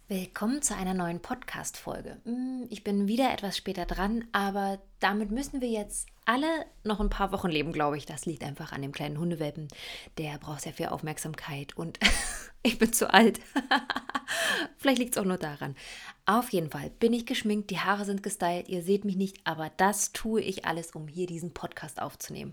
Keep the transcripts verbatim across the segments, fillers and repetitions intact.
Willkommen zu einer neuen Podcast-Folge. Ich bin wieder etwas später dran, aber damit müssen wir jetzt alle noch ein paar Wochen leben, glaube ich. Das liegt einfach an dem kleinen Hundewelpen. Der braucht sehr viel Aufmerksamkeit und ich bin zu alt. Vielleicht liegt es auch nur daran. Auf jeden Fall bin ich geschminkt, die Haare sind gestylt, ihr seht mich nicht, aber das tue ich alles, um hier diesen Podcast aufzunehmen.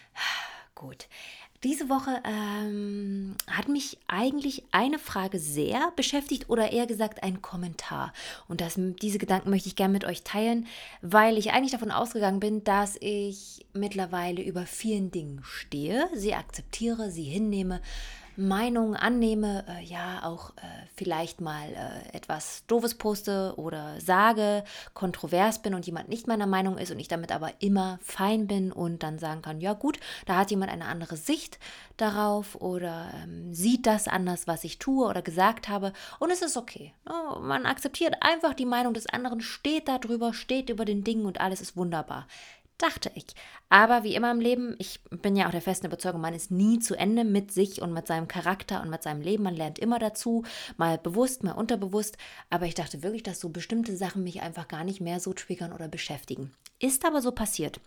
Gut. Diese Woche ähm, hat mich eigentlich eine Frage sehr beschäftigt oder eher gesagt ein Kommentar. Und das, diese Gedanken möchte ich gerne mit euch teilen, weil ich eigentlich davon ausgegangen bin, dass ich mittlerweile über vielen Dingen stehe, sie akzeptiere, sie hinnehme, Meinungen annehme, äh, ja auch äh, vielleicht mal äh, etwas Doofes poste oder sage, kontrovers bin und jemand nicht meiner Meinung ist und ich damit aber immer fein bin und dann sagen kann, ja gut, da hat jemand eine andere Sicht darauf oder ähm, sieht das anders, was ich tue oder gesagt habe und es ist okay. Oh, man akzeptiert einfach die Meinung des anderen, steht da drüber, steht über den Dingen und alles ist wunderbar. Dachte ich. Aber wie immer im Leben, ich bin ja auch der festen Überzeugung, man ist nie zu Ende mit sich und mit seinem Charakter und mit seinem Leben. Man lernt immer dazu, mal bewusst, mal unterbewusst. Aber ich dachte wirklich, dass so bestimmte Sachen mich einfach gar nicht mehr so triggern oder beschäftigen. Ist aber so passiert.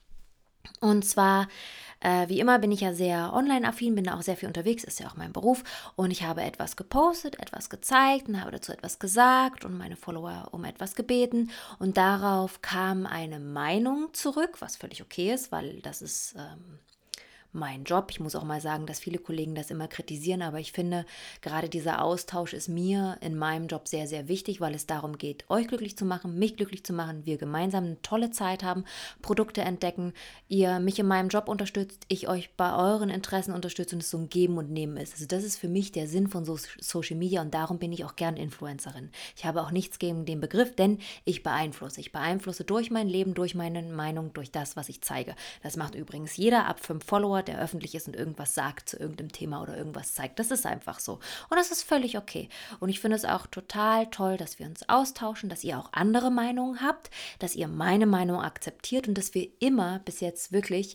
Und zwar, äh, wie immer bin ich ja sehr online-affin, bin da auch sehr viel unterwegs, ist ja auch mein Beruf. Und ich habe etwas gepostet, etwas gezeigt und habe dazu etwas gesagt und meine Follower um etwas gebeten. Und darauf kam eine Meinung zurück, was völlig okay ist, weil das ist ähm, mein Job. Ich muss auch mal sagen, dass viele Kollegen das immer kritisieren, aber ich finde, gerade dieser Austausch ist mir in meinem Job sehr, sehr wichtig, weil es darum geht, euch glücklich zu machen, mich glücklich zu machen, wir gemeinsam eine tolle Zeit haben, Produkte entdecken, ihr mich in meinem Job unterstützt, ich euch bei euren Interessen unterstütze und es so ein Geben und Nehmen ist. Also das ist für mich der Sinn von so Social Media und darum bin ich auch gern Influencerin. Ich habe auch nichts gegen den Begriff, denn ich beeinflusse. Ich beeinflusse durch mein Leben, durch meine Meinung, durch das, was ich zeige. Das macht übrigens jeder ab fünf Follower, der öffentlich ist und irgendwas sagt zu irgendeinem Thema oder irgendwas zeigt. Das ist einfach so. Und das ist völlig okay. Und ich finde es auch total toll, dass wir uns austauschen, dass ihr auch andere Meinungen habt, dass ihr meine Meinung akzeptiert und dass wir immer bis jetzt wirklich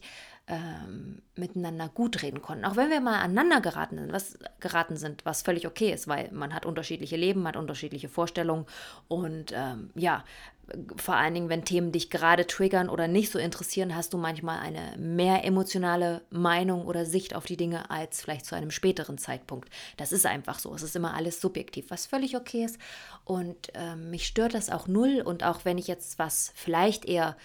ähm, miteinander gut reden konnten. Auch wenn wir mal aneinander geraten sind, was, geraten sind, was völlig okay ist, weil man hat unterschiedliche Leben, man hat unterschiedliche Vorstellungen und ähm, ja, vor allen Dingen, wenn Themen dich gerade triggern oder nicht so interessieren, hast du manchmal eine mehr emotionale Meinung oder Sicht auf die Dinge als vielleicht zu einem späteren Zeitpunkt. Das ist einfach so. Es ist immer alles subjektiv, was völlig okay ist. Und ähm, mich stört das auch null. Und auch wenn ich jetzt was vielleicht eher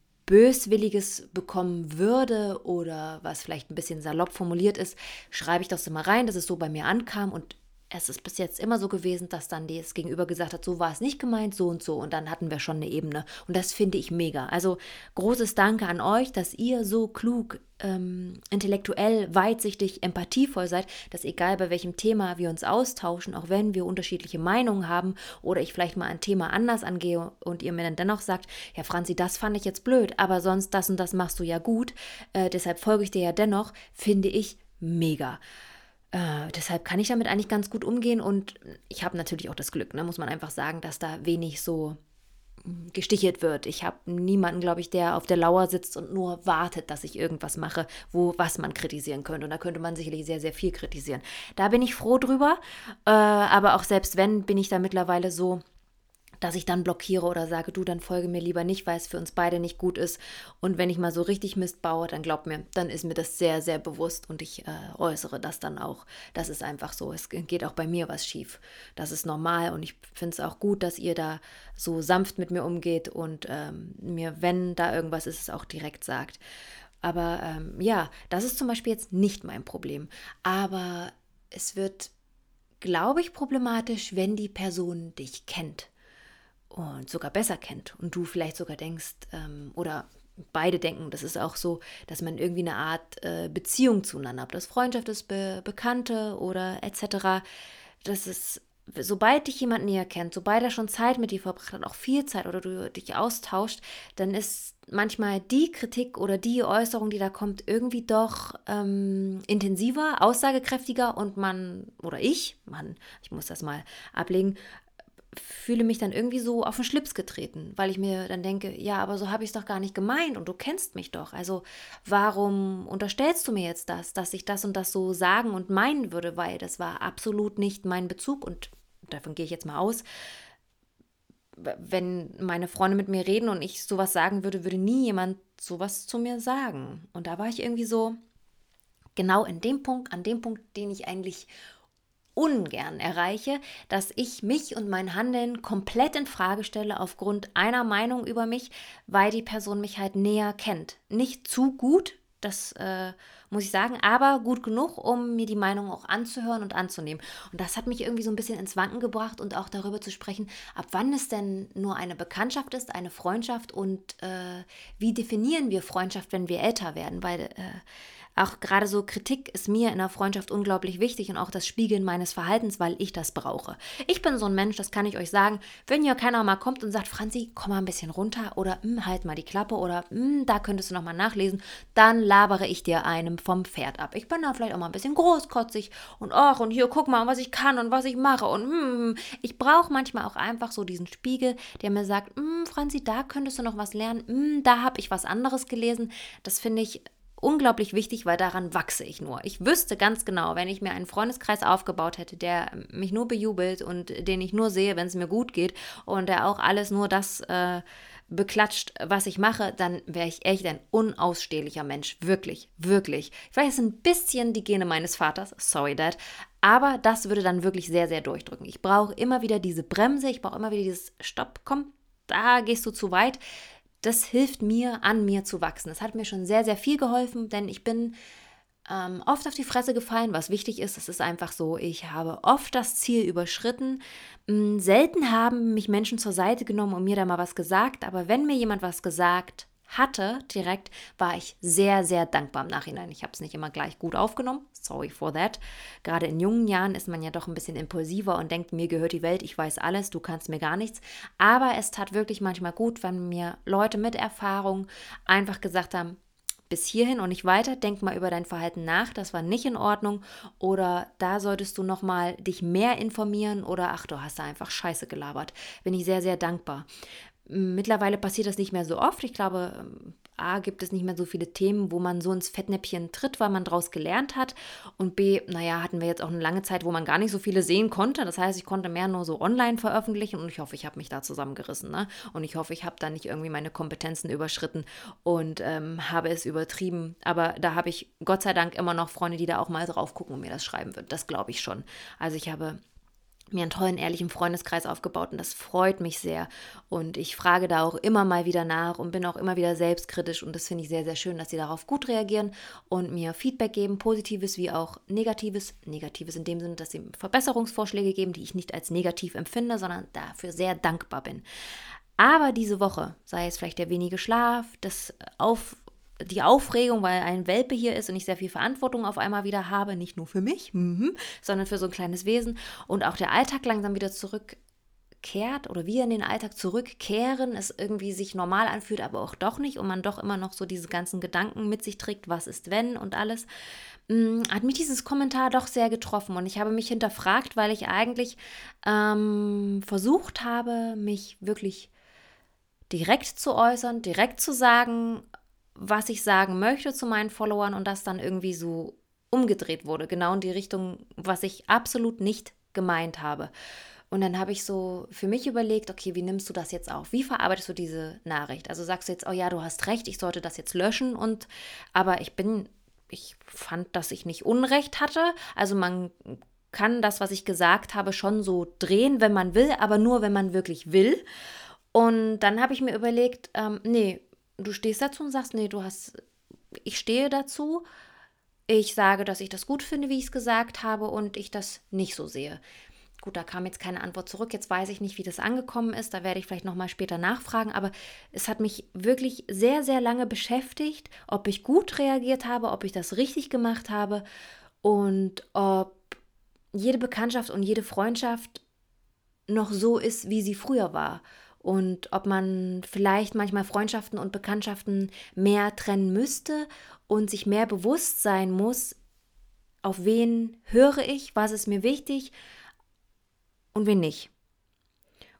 Böswilliges bekommen würde oder was vielleicht ein bisschen salopp formuliert ist, schreibe ich das immer rein, dass es so bei mir ankam und es ist bis jetzt immer so gewesen, dass dann das Gegenüber gesagt hat, so war es nicht gemeint, so und so. Und dann hatten wir schon eine Ebene. Und das finde ich mega. Also großes Danke an euch, dass ihr so klug, ähm, intellektuell, weitsichtig, empathievoll seid, dass egal bei welchem Thema wir uns austauschen, auch wenn wir unterschiedliche Meinungen haben oder ich vielleicht mal ein Thema anders angehe und ihr mir dann dennoch sagt, ja Franzi, das fand ich jetzt blöd, aber sonst das und das machst du ja gut, äh, deshalb folge ich dir ja dennoch, finde ich mega. Äh, deshalb kann ich damit eigentlich ganz gut umgehen und ich habe natürlich auch das Glück, ne, muss man einfach sagen, dass da wenig so mm, gestichelt wird. Ich habe niemanden, glaube ich, der auf der Lauer sitzt und nur wartet, dass ich irgendwas mache, wo was man kritisieren könnte. Und da könnte man sicherlich sehr, sehr viel kritisieren. Da bin ich froh drüber, äh, aber auch selbst wenn, bin ich da mittlerweile so, dass ich dann blockiere oder sage, du, dann folge mir lieber nicht, weil es für uns beide nicht gut ist. Und wenn ich mal so richtig Mist baue, dann glaub mir, dann ist mir das sehr, sehr bewusst und ich äh, äußere das dann auch. Das ist einfach so. Es geht auch bei mir was schief. Das ist normal und ich finde es auch gut, dass ihr da so sanft mit mir umgeht und ähm, mir, wenn da irgendwas ist, es auch direkt sagt. Aber ähm, ja, das ist zum Beispiel jetzt nicht mein Problem. Aber es wird, glaube ich, problematisch, wenn die Person dich kennt und sogar besser kennt und du vielleicht sogar denkst ähm, oder beide denken, das ist auch so, dass man irgendwie eine Art äh, Beziehung zueinander hat, ob das Freundschaft ist, Be- Bekannte oder et cetera. Das ist, sobald dich jemand näher kennt, sobald er schon Zeit mit dir verbracht hat, auch viel Zeit oder du dich austauscht, dann ist manchmal die Kritik oder die Äußerung, die da kommt, irgendwie doch ähm, intensiver, aussagekräftiger und man, oder ich, Mann, ich muss das mal ablegen, fühle mich dann irgendwie so auf den Schlips getreten, weil ich mir dann denke, ja, aber so habe ich es doch gar nicht gemeint und du kennst mich doch. Also warum unterstellst du mir jetzt das, dass ich das und das so sagen und meinen würde, weil das war absolut nicht mein Bezug und davon gehe ich jetzt mal aus, wenn meine Freunde mit mir reden und ich sowas sagen würde, würde nie jemand sowas zu mir sagen. Und da war ich irgendwie so, genau in dem Punkt, an dem Punkt, den ich eigentlich ungern erreiche, dass ich mich und mein Handeln komplett in Frage stelle aufgrund einer Meinung über mich, weil die Person mich halt näher kennt. Nicht zu gut, das äh, muss ich sagen, aber gut genug, um mir die Meinung auch anzuhören und anzunehmen. Und das hat mich irgendwie so ein bisschen ins Wanken gebracht und auch darüber zu sprechen, ab wann es denn nur eine Bekanntschaft ist, eine Freundschaft und äh, wie definieren wir Freundschaft, wenn wir älter werden, weil äh, auch gerade so Kritik ist mir in der Freundschaft unglaublich wichtig und auch das Spiegeln meines Verhaltens, weil ich das brauche. Ich bin so ein Mensch, das kann ich euch sagen, wenn hier keiner mal kommt und sagt, Franzi, komm mal ein bisschen runter oder halt mal die Klappe oder da könntest du noch mal nachlesen, dann labere ich dir einem vom Pferd ab. Ich bin da vielleicht auch mal ein bisschen großkotzig und ach und hier guck mal, was ich kann und was ich mache und mm, ich brauche manchmal auch einfach so diesen Spiegel, der mir sagt, mm, Franzi, da könntest du noch was lernen, mm, da habe ich was anderes gelesen. Das finde ich unglaublich wichtig, weil daran wachse ich nur. Ich wüsste ganz genau, wenn ich mir einen Freundeskreis aufgebaut hätte, der mich nur bejubelt und den ich nur sehe, wenn es mir gut geht und der auch alles nur das äh, beklatscht, was ich mache, dann wäre ich echt ein unausstehlicher Mensch. Wirklich, wirklich. Ich weiß, es ist ein bisschen die Gene meines Vaters, sorry Dad, aber das würde dann wirklich sehr, sehr durchdrücken. Ich brauche immer wieder diese Bremse, ich brauche immer wieder dieses Stopp, komm, da gehst du zu weit. Das hilft mir, an mir zu wachsen. Das hat mir schon sehr, sehr viel geholfen, denn ich bin ähm, oft auf die Fresse gefallen, was wichtig ist. Es ist einfach so, ich habe oft das Ziel überschritten. Ähm, selten haben mich Menschen zur Seite genommen und mir da mal was gesagt, aber wenn mir jemand was gesagt hatte, direkt, war ich sehr, sehr dankbar im Nachhinein. Ich habe es nicht immer gleich gut aufgenommen. Sorry for that. Gerade in jungen Jahren ist man ja doch ein bisschen impulsiver und denkt, mir gehört die Welt, ich weiß alles, du kannst mir gar nichts. Aber es tat wirklich manchmal gut, wenn mir Leute mit Erfahrung einfach gesagt haben, bis hierhin und nicht weiter, denk mal über dein Verhalten nach, das war nicht in Ordnung oder da solltest du nochmal dich mehr informieren oder ach, du hast da einfach Scheiße gelabert. Bin ich sehr, sehr dankbar. Mittlerweile passiert das nicht mehr so oft. Ich glaube, A, gibt es nicht mehr so viele Themen, wo man so ins Fettnäpfchen tritt, weil man daraus gelernt hat. Und B, naja, hatten wir jetzt auch eine lange Zeit, wo man gar nicht so viele sehen konnte. Das heißt, ich konnte mehr nur so online veröffentlichen und ich hoffe, ich habe mich da zusammengerissen. Ne? Und ich hoffe, ich habe da nicht irgendwie meine Kompetenzen überschritten und ähm, habe es übertrieben. Aber da habe ich Gott sei Dank immer noch Freunde, die da auch mal drauf gucken und mir das schreiben wird. Das glaube ich schon. Also ich habe mir einen tollen, ehrlichen Freundeskreis aufgebaut und das freut mich sehr und ich frage da auch immer mal wieder nach und bin auch immer wieder selbstkritisch und das finde ich sehr, sehr schön, dass sie darauf gut reagieren und mir Feedback geben, positives wie auch negatives, negatives in dem Sinne, dass sie Verbesserungsvorschläge geben, die ich nicht als negativ empfinde, sondern dafür sehr dankbar bin. Aber diese Woche, sei es vielleicht der wenige Schlaf, das auf die Aufregung, weil ein Welpe hier ist und ich sehr viel Verantwortung auf einmal wieder habe, nicht nur für mich, mhm, sondern für so ein kleines Wesen und auch der Alltag langsam wieder zurückkehrt oder wir in den Alltag zurückkehren, es irgendwie sich normal anfühlt, aber auch doch nicht und man doch immer noch so diese ganzen Gedanken mit sich trägt, was ist wenn und alles, mh, hat mich dieses Kommentar doch sehr getroffen und ich habe mich hinterfragt, weil ich eigentlich ähm, versucht habe, mich wirklich direkt zu äußern, direkt zu sagen, was ich sagen möchte zu meinen Followern und das dann irgendwie so umgedreht wurde, genau in die Richtung, was ich absolut nicht gemeint habe. Und dann habe ich so für mich überlegt, okay, wie nimmst du das jetzt auf? Wie verarbeitest du diese Nachricht? Also sagst du jetzt, oh ja, du hast recht, ich sollte das jetzt löschen und, aber ich bin, ich fand, dass ich nicht Unrecht hatte. Also man kann das, was ich gesagt habe, schon so drehen, wenn man will, aber nur, wenn man wirklich will. Und dann habe ich mir überlegt, ähm, nee, du stehst dazu und sagst, nee, du hast, ich stehe dazu, ich sage, dass ich das gut finde, wie ich es gesagt habe und ich das nicht so sehe. Gut, da kam jetzt keine Antwort zurück, jetzt weiß ich nicht, wie das angekommen ist, da werde ich vielleicht nochmal später nachfragen, aber es hat mich wirklich sehr, sehr lange beschäftigt, ob ich gut reagiert habe, ob ich das richtig gemacht habe und ob jede Bekanntschaft und jede Freundschaft noch so ist, wie sie früher war. Und ob man vielleicht manchmal Freundschaften und Bekanntschaften mehr trennen müsste und sich mehr bewusst sein muss, auf wen höre ich, was ist mir wichtig und wen nicht.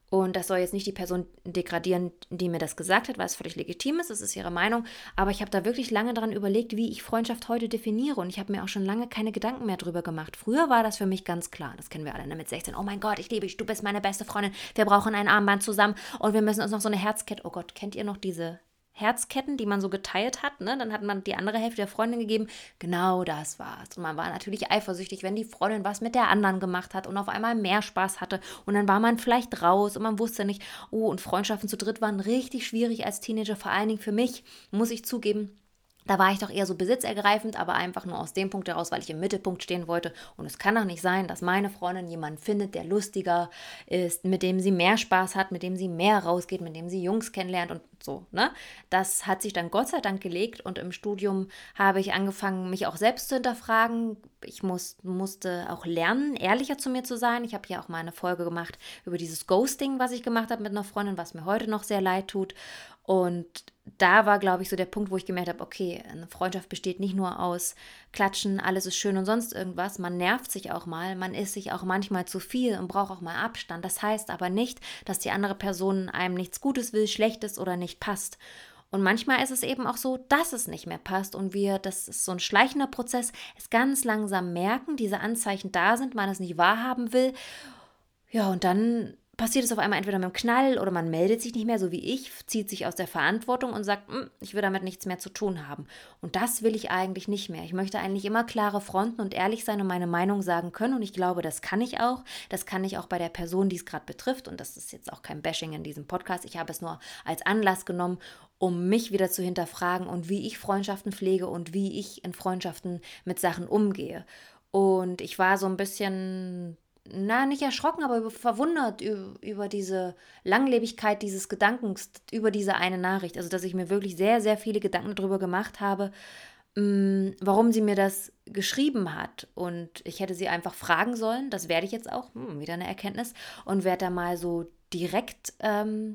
Und das soll jetzt nicht die Person degradieren, die mir das gesagt hat, weil es völlig legitim ist, das ist ihre Meinung. Aber ich habe da wirklich lange dran überlegt, wie ich Freundschaft heute definiere. Und ich habe mir auch schon lange keine Gedanken mehr drüber gemacht. Früher war das für mich ganz klar. Das kennen wir alle, ne? Mit sechzehn. Oh mein Gott, ich liebe dich, du bist meine beste Freundin. Wir brauchen ein Armband zusammen und wir müssen uns noch so eine Herzkette. Oh Gott, kennt ihr noch diese Herzketten, die man so geteilt hat, ne? Dann hat man die andere Hälfte der Freundin gegeben. Genau das war's. Und man war natürlich eifersüchtig, wenn die Freundin was mit der anderen gemacht hat und auf einmal mehr Spaß hatte. Und dann war man vielleicht raus und man wusste nicht, oh, und Freundschaften zu dritt waren richtig schwierig als Teenager, vor allen Dingen für mich, muss ich zugeben. Da war ich doch eher so besitzergreifend, aber einfach nur aus dem Punkt heraus, weil ich im Mittelpunkt stehen wollte. Und es kann doch nicht sein, dass meine Freundin jemanden findet, der lustiger ist, mit dem sie mehr Spaß hat, mit dem sie mehr rausgeht, mit dem sie Jungs kennenlernt und so, ne? Das hat sich dann Gott sei Dank gelegt und im Studium habe ich angefangen, mich auch selbst zu hinterfragen. Ich muss, musste auch lernen, ehrlicher zu mir zu sein. Ich habe ja auch mal eine Folge gemacht über dieses Ghosting, was ich gemacht habe mit einer Freundin, was mir heute noch sehr leid tut. Und da war, glaube ich, so der Punkt, wo ich gemerkt habe, okay, eine Freundschaft besteht nicht nur aus Klatschen, alles ist schön und sonst irgendwas. Man nervt sich auch mal, man ist sich auch manchmal zu viel und braucht auch mal Abstand. Das heißt aber nicht, dass die andere Person einem nichts Gutes will, Schlechtes oder nicht passt. Und manchmal ist es eben auch so, dass es nicht mehr passt und wir, das ist so ein schleichender Prozess, es ganz langsam merken, diese Anzeichen da sind, man es nicht wahrhaben will. Ja, und dann passiert es auf einmal entweder mit einem Knall oder man meldet sich nicht mehr, so wie ich, zieht sich aus der Verantwortung und sagt, ich will damit nichts mehr zu tun haben. Und das will ich eigentlich nicht mehr. Ich möchte eigentlich immer klare Fronten und ehrlich sein und meine Meinung sagen können. Und ich glaube, das kann ich auch. Das kann ich auch bei der Person, die es gerade betrifft. Und das ist jetzt auch kein Bashing in diesem Podcast. Ich habe es nur als Anlass genommen, um mich wieder zu hinterfragen und wie ich Freundschaften pflege und wie ich in Freundschaften mit Sachen umgehe. Und ich war so ein bisschen... na, nicht erschrocken, aber verwundert über diese Langlebigkeit dieses Gedankens, über diese eine Nachricht. Also, dass ich mir wirklich sehr, sehr viele Gedanken darüber gemacht habe, warum sie mir das geschrieben hat. Und ich hätte sie einfach fragen sollen, das werde ich jetzt auch, hm, wieder eine Erkenntnis, und werde da mal so direkt ähm,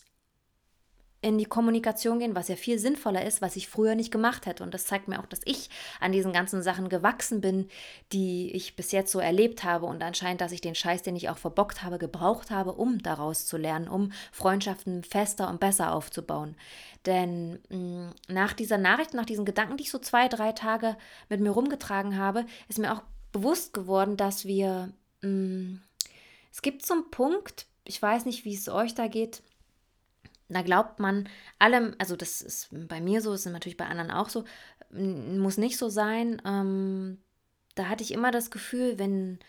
in die Kommunikation gehen, was ja viel sinnvoller ist, was ich früher nicht gemacht hätte. Und das zeigt mir auch, dass ich an diesen ganzen Sachen gewachsen bin, die ich bis jetzt so erlebt habe. Und anscheinend, dass ich den Scheiß, den ich auch verbockt habe, gebraucht habe, um daraus zu lernen, um Freundschaften fester und besser aufzubauen. Denn mh, nach dieser Nachricht, nach diesen Gedanken, die ich so zwei, drei Tage mit mir rumgetragen habe, ist mir auch bewusst geworden, dass wir, mh, es gibt so einen Punkt, ich weiß nicht, wie es euch da geht, da glaubt man allem, also das ist bei mir so, das ist natürlich bei anderen auch so, muss nicht so sein. Ähm, da hatte ich immer das Gefühl, wenn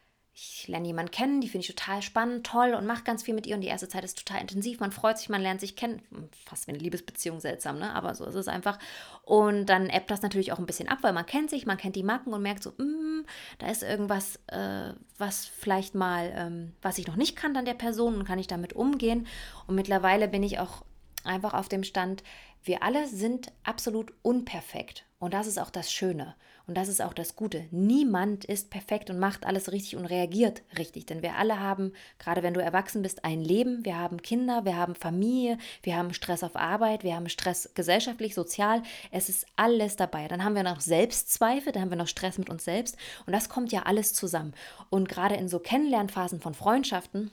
ich lerne jemanden kennen, die finde ich total spannend, toll und mache ganz viel mit ihr und die erste Zeit ist total intensiv, man freut sich, man lernt sich kennen, fast wie eine Liebesbeziehung, seltsam, ne? Aber so ist es einfach. Und dann ebbt das natürlich auch ein bisschen ab, weil man kennt sich, man kennt die Macken und merkt so, mm, da ist irgendwas, äh, was vielleicht mal, ähm, was ich noch nicht kann an der Person und kann ich damit umgehen. Und mittlerweile bin ich auch einfach auf dem Stand, wir alle sind absolut unperfekt. Und das ist auch das Schöne. Und das ist auch das Gute. Niemand ist perfekt und macht alles richtig und reagiert richtig. Denn wir alle haben, gerade wenn du erwachsen bist, ein Leben. Wir haben Kinder, wir haben Familie, wir haben Stress auf Arbeit, wir haben Stress gesellschaftlich, sozial. Es ist alles dabei. Dann haben wir noch Selbstzweifel, dann haben wir noch Stress mit uns selbst. Und das kommt ja alles zusammen. Und gerade in so Kennenlernphasen von Freundschaften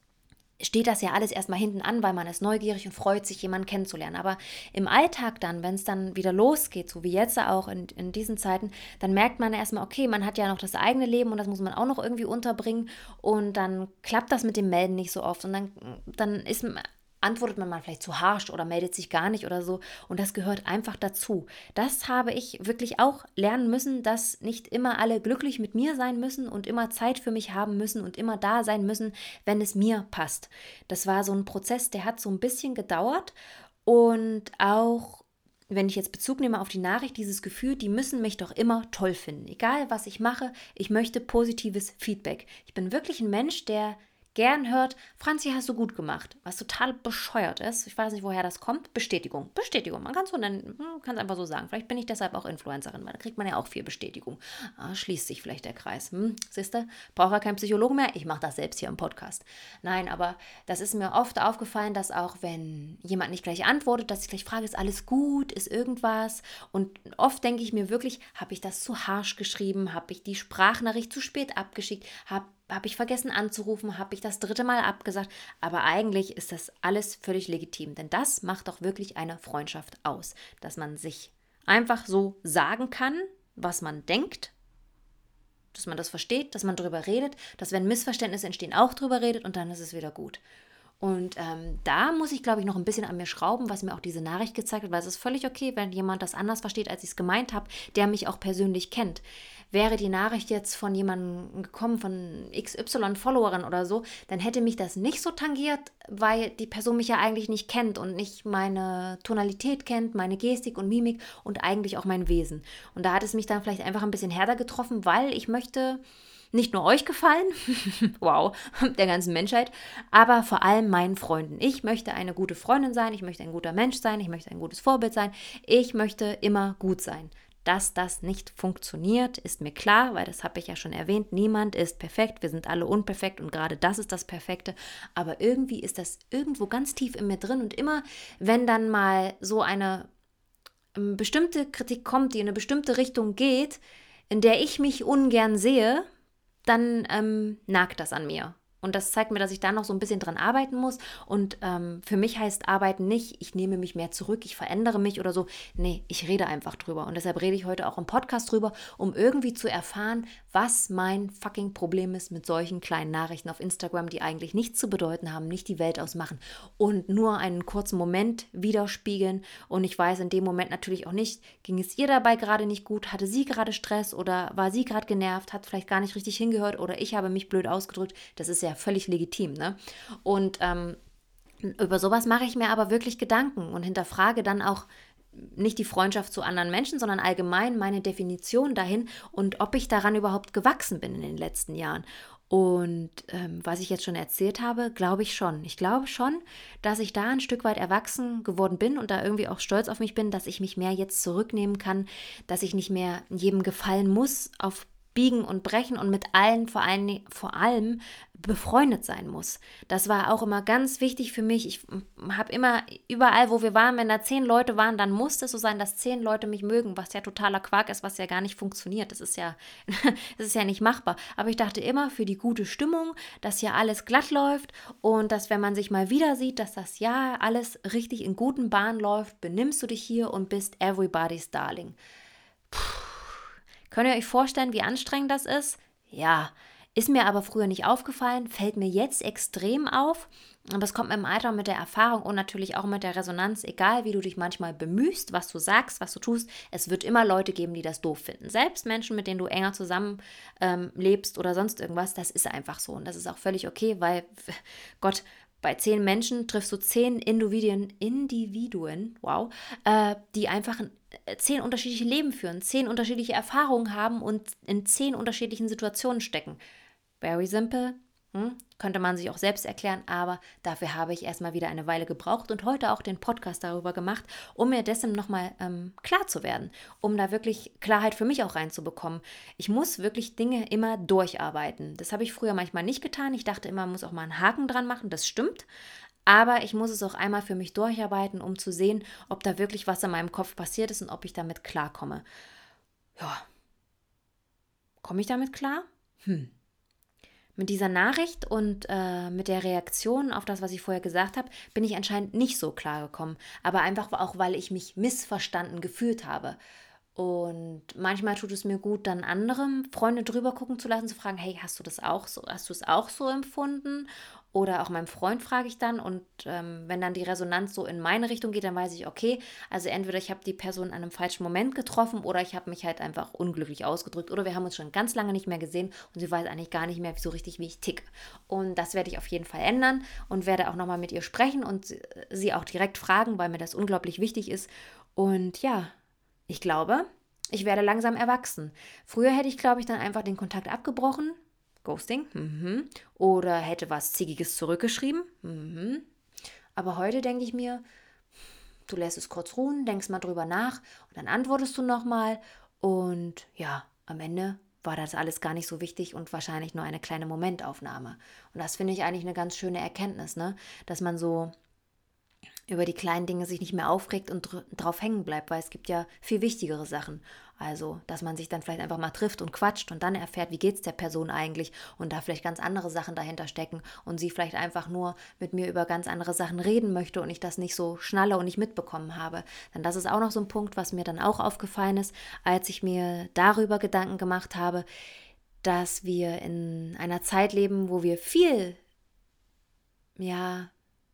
steht das ja alles erstmal hinten an, weil man ist neugierig und freut sich, jemanden kennenzulernen. Aber im Alltag dann, wenn es dann wieder losgeht, so wie jetzt auch in, in diesen Zeiten, dann merkt man erstmal, okay, man hat ja noch das eigene Leben und das muss man auch noch irgendwie unterbringen und dann klappt das mit dem Melden nicht so oft und dann, dann ist antwortet man mal vielleicht zu harsch oder meldet sich gar nicht oder so. Und das gehört einfach dazu. Das habe ich wirklich auch lernen müssen, dass nicht immer alle glücklich mit mir sein müssen und immer Zeit für mich haben müssen und immer da sein müssen, wenn es mir passt. Das war so ein Prozess, der hat so ein bisschen gedauert und auch wenn ich jetzt Bezug nehme auf die Nachricht, dieses Gefühl, die müssen mich doch immer toll finden. Egal, was ich mache, ich möchte positives Feedback. Ich bin wirklich ein Mensch, der gern hört, Franzi, hast du gut gemacht, was total bescheuert ist. Ich weiß nicht, woher das kommt. Bestätigung. Bestätigung. Man kann es so nennen, kann es einfach so sagen. Vielleicht bin ich deshalb auch Influencerin, weil da kriegt man ja auch viel Bestätigung. Ah, schließt sich vielleicht der Kreis. Hm, siehst du, brauche ja keinen Psychologen mehr. Ich mache das selbst hier im Podcast. Nein, aber das ist mir oft aufgefallen, dass auch wenn jemand nicht gleich antwortet, dass ich gleich frage, ist alles gut, ist irgendwas? Und oft denke ich mir wirklich, habe ich das zu harsch geschrieben? Habe ich die Sprachnachricht zu spät abgeschickt? Habe habe ich vergessen anzurufen, habe ich das dritte Mal abgesagt. Aber eigentlich ist das alles völlig legitim, denn das macht doch wirklich eine Freundschaft aus, dass man sich einfach so sagen kann, was man denkt, dass man das versteht, dass man drüber redet, dass wenn Missverständnisse entstehen, auch drüber redet und dann ist es wieder gut. Und ähm, da muss ich, glaube ich, noch ein bisschen an mir schrauben, was mir auch diese Nachricht gezeigt hat, weil es ist völlig okay, wenn jemand das anders versteht, als ich es gemeint habe, der mich auch persönlich kennt. Wäre die Nachricht jetzt von jemandem gekommen, von X Y-Followern oder so, dann hätte mich das nicht so tangiert, weil die Person mich ja eigentlich nicht kennt und nicht meine Tonalität kennt, meine Gestik und Mimik und eigentlich auch mein Wesen. Und da hat es mich dann vielleicht einfach ein bisschen härter getroffen, weil ich möchte nicht nur euch gefallen, wow, der ganzen Menschheit, aber vor allem meinen Freunden. Ich möchte eine gute Freundin sein, ich möchte ein guter Mensch sein, ich möchte ein gutes Vorbild sein, ich möchte immer gut sein. Dass das nicht funktioniert, ist mir klar, weil das habe ich ja schon erwähnt. Niemand ist perfekt, wir sind alle unperfekt und gerade das ist das Perfekte. Aber irgendwie ist das irgendwo ganz tief in mir drin und immer, wenn dann mal so eine ähm, bestimmte Kritik kommt, die in eine bestimmte Richtung geht, in der ich mich ungern sehe, dann ähm, nagt das an mir. Und das zeigt mir, dass ich da noch so ein bisschen dran arbeiten muss. Und ähm, für mich heißt Arbeiten nicht, ich nehme mich mehr zurück, ich verändere mich oder so. Nee, ich rede einfach drüber. Und deshalb rede ich heute auch im Podcast drüber, um irgendwie zu erfahren, was mein fucking Problem ist mit solchen kleinen Nachrichten auf Instagram, die eigentlich nichts zu bedeuten haben, nicht die Welt ausmachen und nur einen kurzen Moment widerspiegeln. Und ich weiß in dem Moment natürlich auch nicht, ging es ihr dabei gerade nicht gut, hatte sie gerade Stress oder war sie gerade genervt, hat vielleicht gar nicht richtig hingehört oder ich habe mich blöd ausgedrückt. Das ist ja völlig legitim, ne? Und ähm, über sowas mache ich mir aber wirklich Gedanken und hinterfrage dann auch nicht die Freundschaft zu anderen Menschen, sondern allgemein meine Definition dahin und ob ich daran überhaupt gewachsen bin in den letzten Jahren. Und ähm, was ich jetzt schon erzählt habe, glaube ich schon. Ich glaube schon, dass ich da ein Stück weit erwachsen geworden bin und da irgendwie auch stolz auf mich bin, dass ich mich mehr jetzt zurücknehmen kann, dass ich nicht mehr jedem gefallen muss auf Biegen und Brechen und mit allen vor allem, vor allem befreundet sein muss. Das war auch immer ganz wichtig für mich. Ich habe immer überall, wo wir waren, wenn da zehn Leute waren, dann musste es so sein, dass zehn Leute mich mögen, was ja totaler Quark ist, was ja gar nicht funktioniert. Das ist ja, das ist ja nicht machbar. Aber ich dachte immer für die gute Stimmung, dass hier alles glatt läuft und dass, wenn man sich mal wieder sieht, dass das ja alles richtig in guten Bahnen läuft, benimmst du dich hier und bist everybody's darling. Puh. Könnt ihr euch vorstellen, wie anstrengend das ist? Ja, ist mir aber früher nicht aufgefallen, fällt mir jetzt extrem auf. Aber es kommt mit dem Alter und mit der Erfahrung und natürlich auch mit der Resonanz, egal wie du dich manchmal bemühst, was du sagst, was du tust, es wird immer Leute geben, die das doof finden. Selbst Menschen, mit denen du enger zusammen ähm, lebst oder sonst irgendwas, das ist einfach so. Und das ist auch völlig okay, weil, Gott, bei zehn Menschen triffst du zehn Individuen, Individuen, wow, äh, die einfach ein, äh, zehn unterschiedliche Leben führen, zehn unterschiedliche Erfahrungen haben und in zehn unterschiedlichen Situationen stecken. Very simple, hm? Könnte man sich auch selbst erklären, aber dafür habe ich erstmal wieder eine Weile gebraucht und heute auch den Podcast darüber gemacht, um mir dessen nochmal ähm, klar zu werden, um da wirklich Klarheit für mich auch reinzubekommen. Ich muss wirklich Dinge immer durcharbeiten. Das habe ich früher manchmal nicht getan. Ich dachte immer, man muss auch mal einen Haken dran machen, das stimmt. Aber ich muss es auch einmal für mich durcharbeiten, um zu sehen, ob da wirklich was in meinem Kopf passiert ist und ob ich damit klarkomme. Ja, komme ich damit klar? Hm. Mit dieser Nachricht und äh, mit der Reaktion auf das, was ich vorher gesagt habe, bin ich anscheinend nicht so klar gekommen. Aber einfach auch, weil ich mich missverstanden gefühlt habe. Und manchmal tut es mir gut, dann andere Freunde drüber gucken zu lassen, zu fragen, hey, hast du das auch so, hast du es auch so empfunden? Oder auch meinem Freund frage ich dann und ähm, wenn dann die Resonanz so in meine Richtung geht, dann weiß ich, okay, also entweder ich habe die Person an einem falschen Moment getroffen oder ich habe mich halt einfach unglücklich ausgedrückt oder wir haben uns schon ganz lange nicht mehr gesehen und sie weiß eigentlich gar nicht mehr so richtig, wie ich ticke. Und das werde ich auf jeden Fall ändern und werde auch nochmal mit ihr sprechen und sie auch direkt fragen, weil mir das unglaublich wichtig ist. Und ja, ich glaube, ich werde langsam erwachsen. Früher hätte ich, glaube ich, dann einfach den Kontakt abgebrochen. Ghosting. Mhm. Oder hätte was Zickiges zurückgeschrieben. Mhm. Aber heute denke ich mir, du lässt es kurz ruhen, denkst mal drüber nach und dann antwortest du nochmal. Und ja, am Ende war das alles gar nicht so wichtig und wahrscheinlich nur eine kleine Momentaufnahme. Und das finde ich eigentlich eine ganz schöne Erkenntnis, ne? Dass man so über die kleinen Dinge sich nicht mehr aufregt und dr- drauf hängen bleibt, weil es gibt ja viel wichtigere Sachen. Also, dass man sich dann vielleicht einfach mal trifft und quatscht und dann erfährt, wie geht's der Person eigentlich und da vielleicht ganz andere Sachen dahinter stecken und sie vielleicht einfach nur mit mir über ganz andere Sachen reden möchte und ich das nicht so schnalle und nicht mitbekommen habe. Denn das ist auch noch so ein Punkt, was mir dann auch aufgefallen ist, als ich mir darüber Gedanken gemacht habe, dass wir in einer Zeit leben, wo wir viel, ja,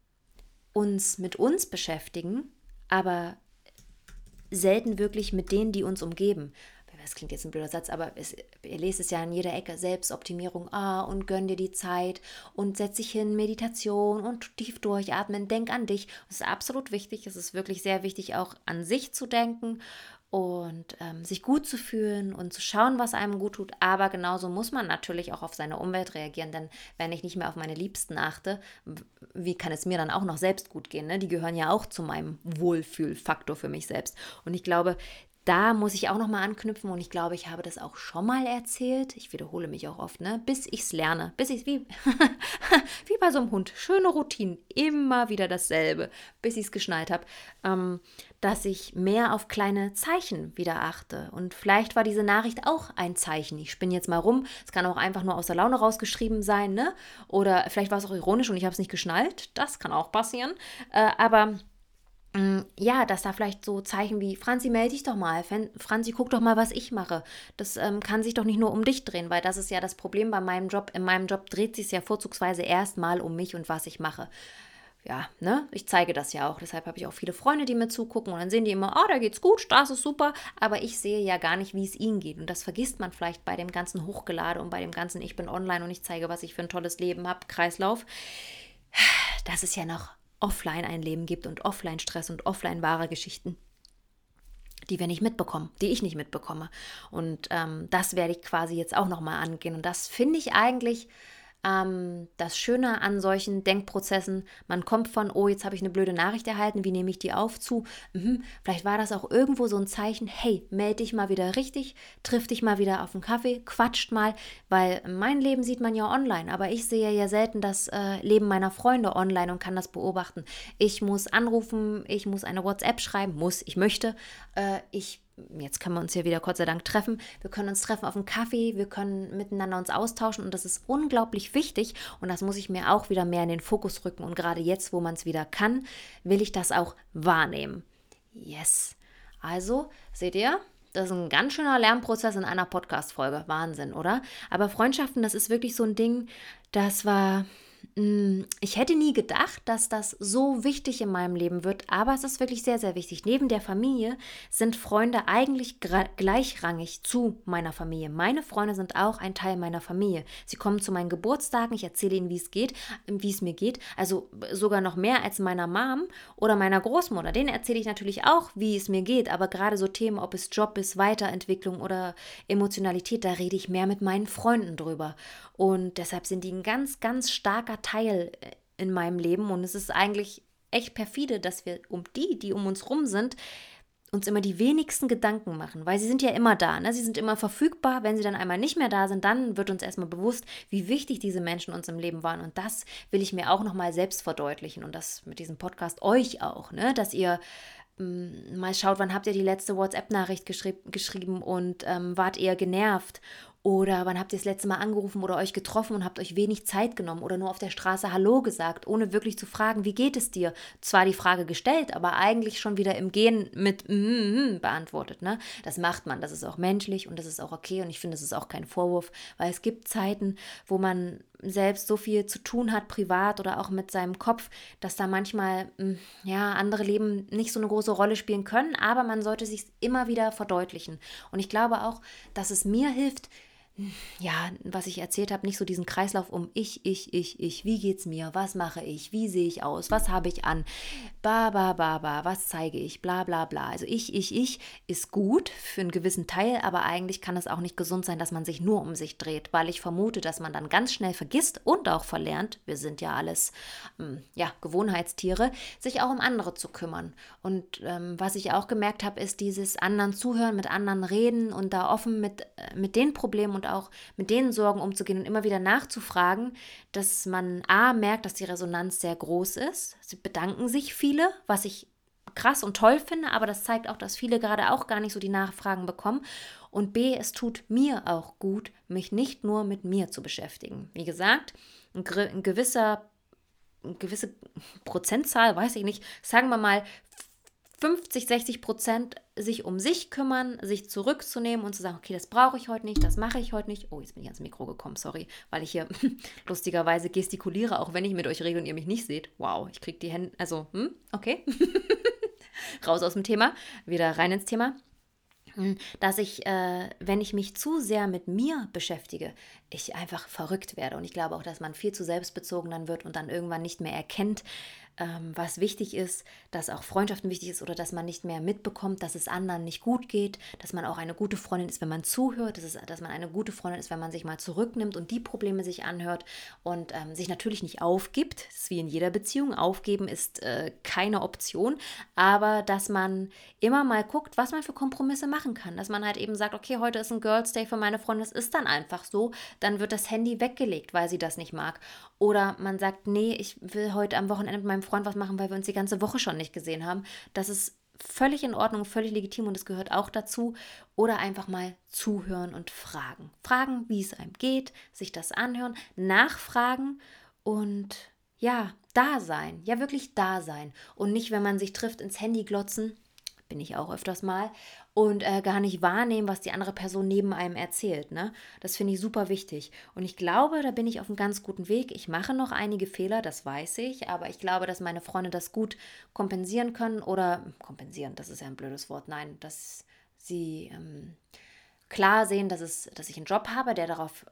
uns mit uns beschäftigen, aber selten wirklich mit denen, die uns umgeben. Das klingt jetzt ein blöder Satz, aber es, ihr lest es ja in jeder Ecke, Selbstoptimierung, ah, und gönn dir die Zeit und setz dich hin, Meditation und tief durchatmen, denk an dich. Das ist absolut wichtig, es ist wirklich sehr wichtig, auch an sich zu denken und ähm, sich gut zu fühlen und zu schauen, was einem gut tut, aber genauso muss man natürlich auch auf seine Umwelt reagieren, denn wenn ich nicht mehr auf meine Liebsten achte, wie kann es mir dann auch noch selbst gut gehen, ne? Die gehören ja auch zu meinem Wohlfühlfaktor für mich selbst und ich glaube, da muss ich auch nochmal anknüpfen und ich glaube, ich habe das auch schon mal erzählt. Ich wiederhole mich auch oft, ne? Bis ich es lerne. Bis ich es wie, wie bei so einem Hund. Schöne Routinen. Immer wieder dasselbe, bis ich es geschnallt habe. Ähm, dass ich mehr auf kleine Zeichen wieder achte. Und vielleicht war diese Nachricht auch ein Zeichen. Ich spinne jetzt mal rum. Es kann auch einfach nur aus der Laune rausgeschrieben sein, ne? Oder vielleicht war es auch ironisch und ich habe es nicht geschnallt. Das kann auch passieren. Äh, aber ja, dass da vielleicht so Zeichen wie, Franzi, melde dich doch mal, Franzi, guck doch mal, was ich mache. Das ähm, kann sich doch nicht nur um dich drehen, weil das ist ja das Problem bei meinem Job. In meinem Job dreht sich ja vorzugsweise erstmal um mich und was ich mache. Ja, ne, ich zeige das ja auch. Deshalb habe ich auch viele Freunde, die mir zugucken und dann sehen die immer, ah, oh, da geht's gut, das ist super, aber ich sehe ja gar nicht, wie es ihnen geht. Und das vergisst man vielleicht bei dem ganzen Hochgeladen und bei dem ganzen, ich bin online und ich zeige, was ich für ein tolles Leben habe, Kreislauf. Das ist ja noch offline ein Leben gibt und Offline-Stress und offline-wahre Geschichten, die wir nicht mitbekommen, die ich nicht mitbekomme. Und ähm, das werde ich quasi jetzt auch nochmal angehen. Und das finde ich eigentlich ähm, das Schöne an solchen Denkprozessen. Man kommt von, oh, jetzt habe ich eine blöde Nachricht erhalten, wie nehme ich die auf, zu, mhm, vielleicht war das auch irgendwo so ein Zeichen, hey, melde dich mal wieder richtig, triff dich mal wieder auf einen Kaffee, quatscht mal, weil mein Leben sieht man ja online, aber ich sehe ja selten das äh, Leben meiner Freunde online und kann das beobachten. Ich muss anrufen, ich muss eine WhatsApp schreiben, muss, ich möchte, äh, ich Jetzt können wir uns hier wieder Gott sei Dank treffen. Wir können uns treffen auf einen Kaffee, wir können miteinander uns austauschen und das ist unglaublich wichtig und das muss ich mir auch wieder mehr in den Fokus rücken und gerade jetzt, wo man es wieder kann, will ich das auch wahrnehmen. Yes. Also, seht ihr, das ist ein ganz schöner Lernprozess in einer Podcast-Folge. Wahnsinn, oder? Aber Freundschaften, das ist wirklich so ein Ding, das war... Ich hätte nie gedacht, dass das so wichtig in meinem Leben wird, aber es ist wirklich sehr, sehr wichtig. Neben der Familie sind Freunde eigentlich gleichrangig zu meiner Familie. Meine Freunde sind auch ein Teil meiner Familie. Sie kommen zu meinen Geburtstagen, ich erzähle ihnen, wie es geht, wie es mir geht. Also sogar noch mehr als meiner Mom oder meiner Großmutter. Denen erzähle ich natürlich auch, wie es mir geht, aber gerade so Themen, ob es Job ist, Weiterentwicklung oder Emotionalität, da rede ich mehr mit meinen Freunden drüber. Und deshalb sind die ein ganz, ganz starker Teil in meinem Leben und es ist eigentlich echt perfide, dass wir um die, die um uns rum sind, uns immer die wenigsten Gedanken machen, weil sie sind ja immer da, ne? Sie sind immer verfügbar. Wenn sie dann einmal nicht mehr da sind, dann wird uns erstmal bewusst, wie wichtig diese Menschen uns im Leben waren und das will ich mir auch nochmal selbst verdeutlichen und das mit diesem Podcast euch auch, ne? Dass ihr ähm, mal schaut, wann habt ihr die letzte WhatsApp-Nachricht geschri- geschrieben und ähm, wart eher genervt. Oder wann habt ihr das letzte Mal angerufen oder euch getroffen und habt euch wenig Zeit genommen oder nur auf der Straße Hallo gesagt, ohne wirklich zu fragen, wie geht es dir? Zwar die Frage gestellt, aber eigentlich schon wieder im Gehen mit mm, mm, beantwortet. Ne? Das macht man, das ist auch menschlich und das ist auch okay und ich finde, das ist auch kein Vorwurf, weil es gibt Zeiten, wo man selbst so viel zu tun hat, privat oder auch mit seinem Kopf, dass da manchmal mh, ja, andere Leben nicht so eine große Rolle spielen können, aber man sollte sich immer wieder verdeutlichen. Und ich glaube auch, dass es mir hilft, ja, was ich erzählt habe, nicht so diesen Kreislauf um ich, ich, ich, ich, wie geht's mir, was mache ich, wie sehe ich aus, was habe ich an, ba, ba, ba, ba, was zeige ich, bla, bla, bla. Also ich, ich, ich ist gut für einen gewissen Teil, aber eigentlich kann es auch nicht gesund sein, dass man sich nur um sich dreht, weil ich vermute, dass man dann ganz schnell vergisst und auch verlernt, wir sind ja alles, ähm, ja, Gewohnheitstiere, sich auch um andere zu kümmern. Und ähm, was ich auch gemerkt habe, ist dieses anderen Zuhören, mit anderen reden und da offen mit, äh, mit den Problemen und und auch mit den Sorgen umzugehen und immer wieder nachzufragen, dass man A, merkt, dass die Resonanz sehr groß ist. Sie bedanken sich viele, was ich krass und toll finde, aber das zeigt auch, dass viele gerade auch gar nicht so die Nachfragen bekommen. Und B, es tut mir auch gut, mich nicht nur mit mir zu beschäftigen. Wie gesagt, ein, ein gewisser, eine gewisse Prozentzahl, weiß ich nicht, sagen wir mal fünfzig, sechzig Prozent sich um sich kümmern, sich zurückzunehmen und zu sagen, okay, das brauche ich heute nicht, das mache ich heute nicht. Oh, jetzt bin ich ans Mikro gekommen, sorry, weil ich hier lustigerweise gestikuliere, auch wenn ich mit euch rede und ihr mich nicht seht. Wow, ich kriege die Hände, also, hm, okay. Raus aus dem Thema, wieder rein ins Thema. Dass ich, äh, wenn ich mich zu sehr mit mir beschäftige, ich einfach verrückt werde. Und ich glaube auch, dass man viel zu selbstbezogen dann wird und dann irgendwann nicht mehr erkennt, ähm, was wichtig ist, dass auch Freundschaften wichtig ist oder dass man nicht mehr mitbekommt, dass es anderen nicht gut geht, dass man auch eine gute Freundin ist, wenn man zuhört, dass, es, dass man eine gute Freundin ist, wenn man sich mal zurücknimmt und die Probleme sich anhört und ähm, sich natürlich nicht aufgibt. Das ist wie in jeder Beziehung. Aufgeben ist äh, keine Option, aber dass man immer mal guckt, was man für Kompromisse machen kann. Dass man halt eben sagt, okay, heute ist ein Girls Day für meine Freundin, das ist dann einfach so, dann wird das Handy weggelegt, weil sie das nicht mag. Oder man sagt, nee, ich will heute am Wochenende mit meinem Freund was machen, weil wir uns die ganze Woche schon nicht gesehen haben. Das ist völlig in Ordnung, völlig legitim und es gehört auch dazu. Oder einfach mal zuhören und fragen. Fragen, wie es einem geht, sich das anhören, nachfragen und ja, da sein. Ja, wirklich da sein. Und nicht, wenn man sich trifft, ins Handy glotzen, bin ich auch öfters mal, und äh, gar nicht wahrnehmen, was die andere Person neben einem erzählt. Ne? Das finde ich super wichtig. Und ich glaube, da bin ich auf einem ganz guten Weg. Ich mache noch einige Fehler, das weiß ich, aber ich glaube, dass meine Freunde das gut kompensieren können oder kompensieren, das ist ja ein blödes Wort, nein, dass sie ähm, klar sehen, dass, es, dass ich einen Job habe, der darauf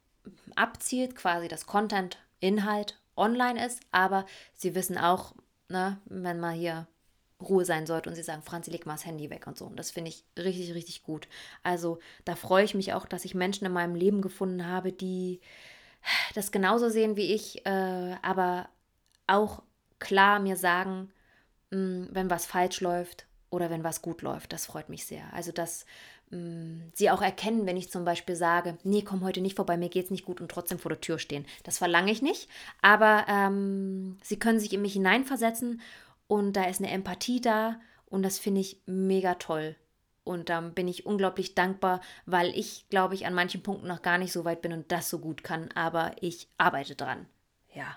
abzielt, quasi, dass Content, Inhalt online ist, aber sie wissen auch, ne, wenn mal hier Ruhe sein sollte und sie sagen, Franzi, leg mal das Handy weg und so. Und das finde ich richtig, richtig gut. Also da freue ich mich auch, dass ich Menschen in meinem Leben gefunden habe, die das genauso sehen wie ich, äh, aber auch klar mir sagen, mh, wenn was falsch läuft oder wenn was gut läuft. Das freut mich sehr. Also dass mh, sie auch erkennen, wenn ich zum Beispiel sage, nee, komm heute nicht vorbei, mir geht's nicht gut und trotzdem vor der Tür stehen. Das verlange ich nicht, aber ähm, sie können sich in mich hineinversetzen. Und da ist eine Empathie da und das finde ich mega toll. Und da bin ich unglaublich dankbar, weil ich, glaube ich, an manchen Punkten noch gar nicht so weit bin und das so gut kann. Aber ich arbeite dran. Ja.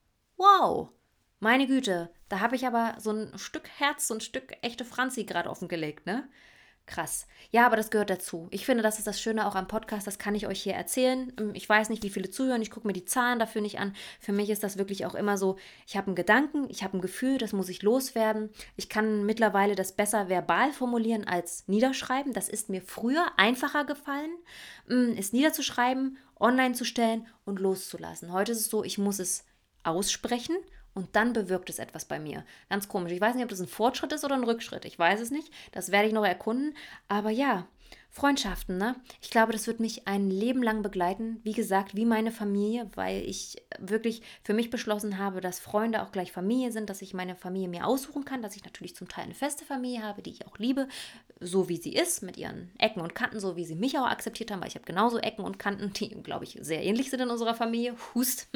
Wow. Meine Güte. Da habe ich aber so ein Stück Herz, so ein Stück echte Franzi gerade offengelegt, ne? Krass. Ja, aber das gehört dazu. Ich finde, das ist das Schöne auch am Podcast, das kann ich euch hier erzählen. Ich weiß nicht, wie viele zuhören, ich gucke mir die Zahlen dafür nicht an. Für mich ist das wirklich auch immer so, ich habe einen Gedanken, ich habe ein Gefühl, das muss ich loswerden. Ich kann mittlerweile das besser verbal formulieren als niederschreiben. Das ist mir früher einfacher gefallen, es niederzuschreiben, online zu stellen und loszulassen. Heute ist es so, ich muss es aussprechen. Und dann bewirkt es etwas bei mir. Ganz komisch. Ich weiß nicht, ob das ein Fortschritt ist oder ein Rückschritt. Ich weiß es nicht. Das werde ich noch erkunden. Aber ja, Freundschaften, ne? Ich glaube, das wird mich ein Leben lang begleiten. Wie gesagt, wie meine Familie, weil ich wirklich für mich beschlossen habe, dass Freunde auch gleich Familie sind, dass ich meine Familie mir aussuchen kann, dass ich natürlich zum Teil eine feste Familie habe, die ich auch liebe, so wie sie ist, mit ihren Ecken und Kanten, so wie sie mich auch akzeptiert haben, weil ich habe genauso Ecken und Kanten, die, glaube ich, sehr ähnlich sind in unserer Familie. Hust.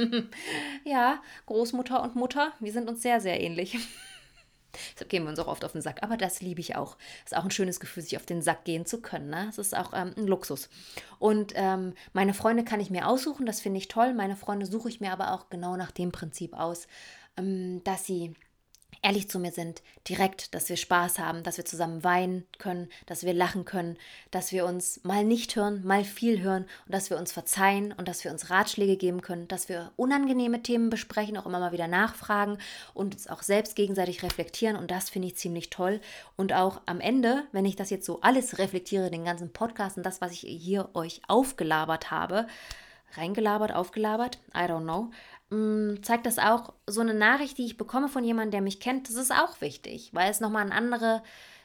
Ja, Großmutter und Mutter, wir sind uns sehr, sehr ähnlich. Deshalb gehen wir uns auch oft auf den Sack. Aber das liebe ich auch. Ist auch ein schönes Gefühl, sich auf den Sack gehen zu können. Ne? Das ist auch ähm, ein Luxus. Und ähm, meine Freunde kann ich mir aussuchen. Das finde ich toll. Meine Freunde suche ich mir aber auch genau nach dem Prinzip aus, ähm, dass sie ehrlich zu mir sind, direkt, dass wir Spaß haben, dass wir zusammen weinen können, dass wir lachen können, dass wir uns mal nicht hören, mal viel hören und dass wir uns verzeihen und dass wir uns Ratschläge geben können, dass wir unangenehme Themen besprechen, auch immer mal wieder nachfragen und uns auch selbst gegenseitig reflektieren und das finde ich ziemlich toll. Und auch am Ende, wenn ich das jetzt so alles reflektiere, den ganzen Podcast und das, was ich hier euch aufgelabert habe, reingelabert, aufgelabert, I don't know, zeigt das auch, so eine Nachricht, die ich bekomme von jemandem, der mich kennt, das ist auch wichtig, weil es nochmal eine andere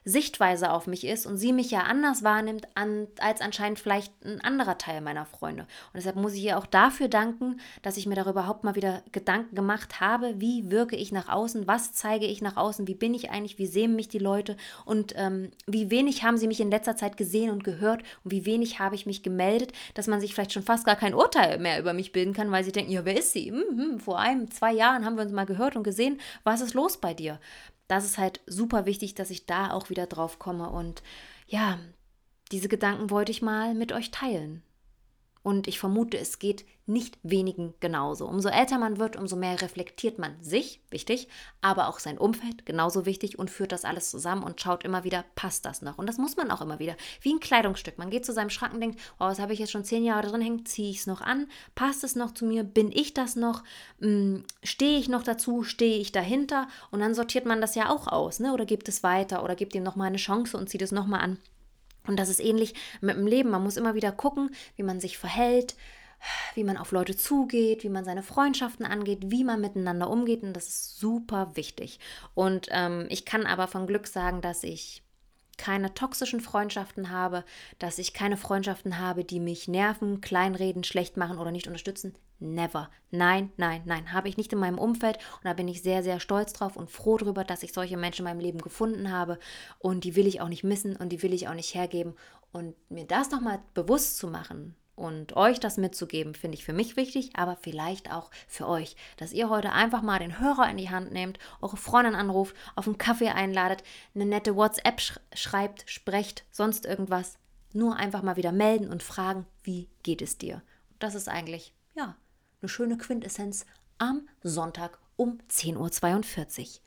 Sichtweise auf mich ist und sie mich ja anders wahrnimmt an, als anscheinend vielleicht ein anderer Teil meiner Freunde. Und deshalb muss ich ihr auch dafür danken, dass ich mir darüber überhaupt mal wieder Gedanken gemacht habe, wie wirke ich nach außen, was zeige ich nach außen, wie bin ich eigentlich, wie sehen mich die Leute und ähm, wie wenig haben sie mich in letzter Zeit gesehen und gehört und wie wenig habe ich mich gemeldet, dass man sich vielleicht schon fast gar kein Urteil mehr über mich bilden kann, weil sie denken, ja, wer ist sie? Hm, hm, vor einem, zwei Jahren haben wir uns mal gehört und gesehen, was ist los bei dir? Das ist halt super wichtig, dass ich da auch wieder drauf komme und ja, diese Gedanken wollte ich mal mit euch teilen. Und ich vermute, es geht nicht wenigen genauso. Umso älter man wird, umso mehr reflektiert man sich, wichtig, aber auch sein Umfeld, genauso wichtig, und führt das alles zusammen und schaut immer wieder, passt das noch? Und das muss man auch immer wieder. Wie ein Kleidungsstück. Man geht zu seinem Schrank und denkt, oh, was habe ich jetzt schon zehn Jahre drin hängen? Ziehe ich es noch an? Passt es noch zu mir? Bin ich das noch? Hm, stehe ich noch dazu? Stehe ich dahinter? Und dann sortiert man das ja auch aus, ne? Oder gibt es weiter oder gibt ihm nochmal eine Chance und zieht es nochmal an. Und das ist ähnlich mit dem Leben. Man muss immer wieder gucken, wie man sich verhält, wie man auf Leute zugeht, wie man seine Freundschaften angeht, wie man miteinander umgeht. Und das ist super wichtig. Und ähm, ich kann aber von Glück sagen, dass ich keine toxischen Freundschaften habe, dass ich keine Freundschaften habe, die mich nerven, kleinreden, schlecht machen oder nicht unterstützen. Never. Nein, nein, nein. Habe ich nicht in meinem Umfeld und da bin ich sehr, sehr stolz drauf und froh darüber, dass ich solche Menschen in meinem Leben gefunden habe und die will ich auch nicht missen und die will ich auch nicht hergeben. Und mir das nochmal bewusst zu machen und euch das mitzugeben, finde ich für mich wichtig, aber vielleicht auch für euch, dass ihr heute einfach mal den Hörer in die Hand nehmt, eure Freundin anruft, auf einen Kaffee einladet, eine nette WhatsApp sch- schreibt, sprecht, sonst irgendwas. Nur einfach mal wieder melden und fragen, wie geht es dir? Das ist eigentlich, ja, eine schöne Quintessenz am Sonntag um zehn Uhr zweiundvierzig.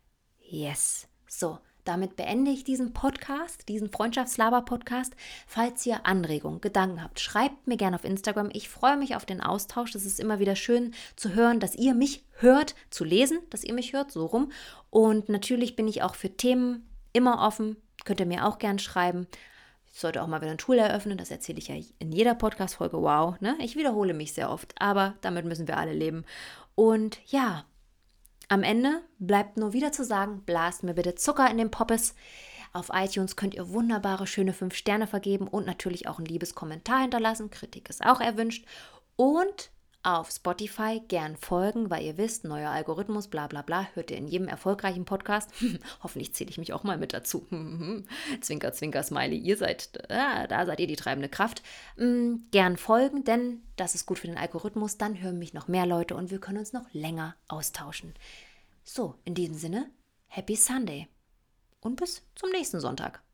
Yes. So, damit beende ich diesen Podcast, diesen Freundschaftslaber-Podcast. Falls ihr Anregungen, Gedanken habt, schreibt mir gerne auf Instagram. Ich freue mich auf den Austausch. Das ist immer wieder schön zu hören, dass ihr mich hört, zu lesen, dass ihr mich hört, so rum. Und natürlich bin ich auch für Themen immer offen. Könnt ihr mir auch gerne schreiben. Ich sollte auch mal wieder ein Tool eröffnen, das erzähle ich ja in jeder Podcast-Folge. Wow, ne? Ich wiederhole mich sehr oft, aber damit müssen wir alle leben. Und ja, am Ende bleibt nur wieder zu sagen, blast mir bitte Zucker in den Poppes. Auf iTunes könnt ihr wunderbare, schöne fünf Sterne vergeben und natürlich auch ein liebes Kommentar hinterlassen. Kritik ist auch erwünscht. Und auf Spotify gern folgen, weil ihr wisst, neuer Algorithmus, bla bla bla, hört ihr in jedem erfolgreichen Podcast. Hoffentlich zähle ich mich auch mal mit dazu. Zwinker, zwinker, Smiley, ihr seid, äh, da seid ihr die treibende Kraft. Ähm, gern folgen, denn das ist gut für den Algorithmus. Dann hören mich noch mehr Leute und wir können uns noch länger austauschen. So, in diesem Sinne, Happy Sunday und bis zum nächsten Sonntag.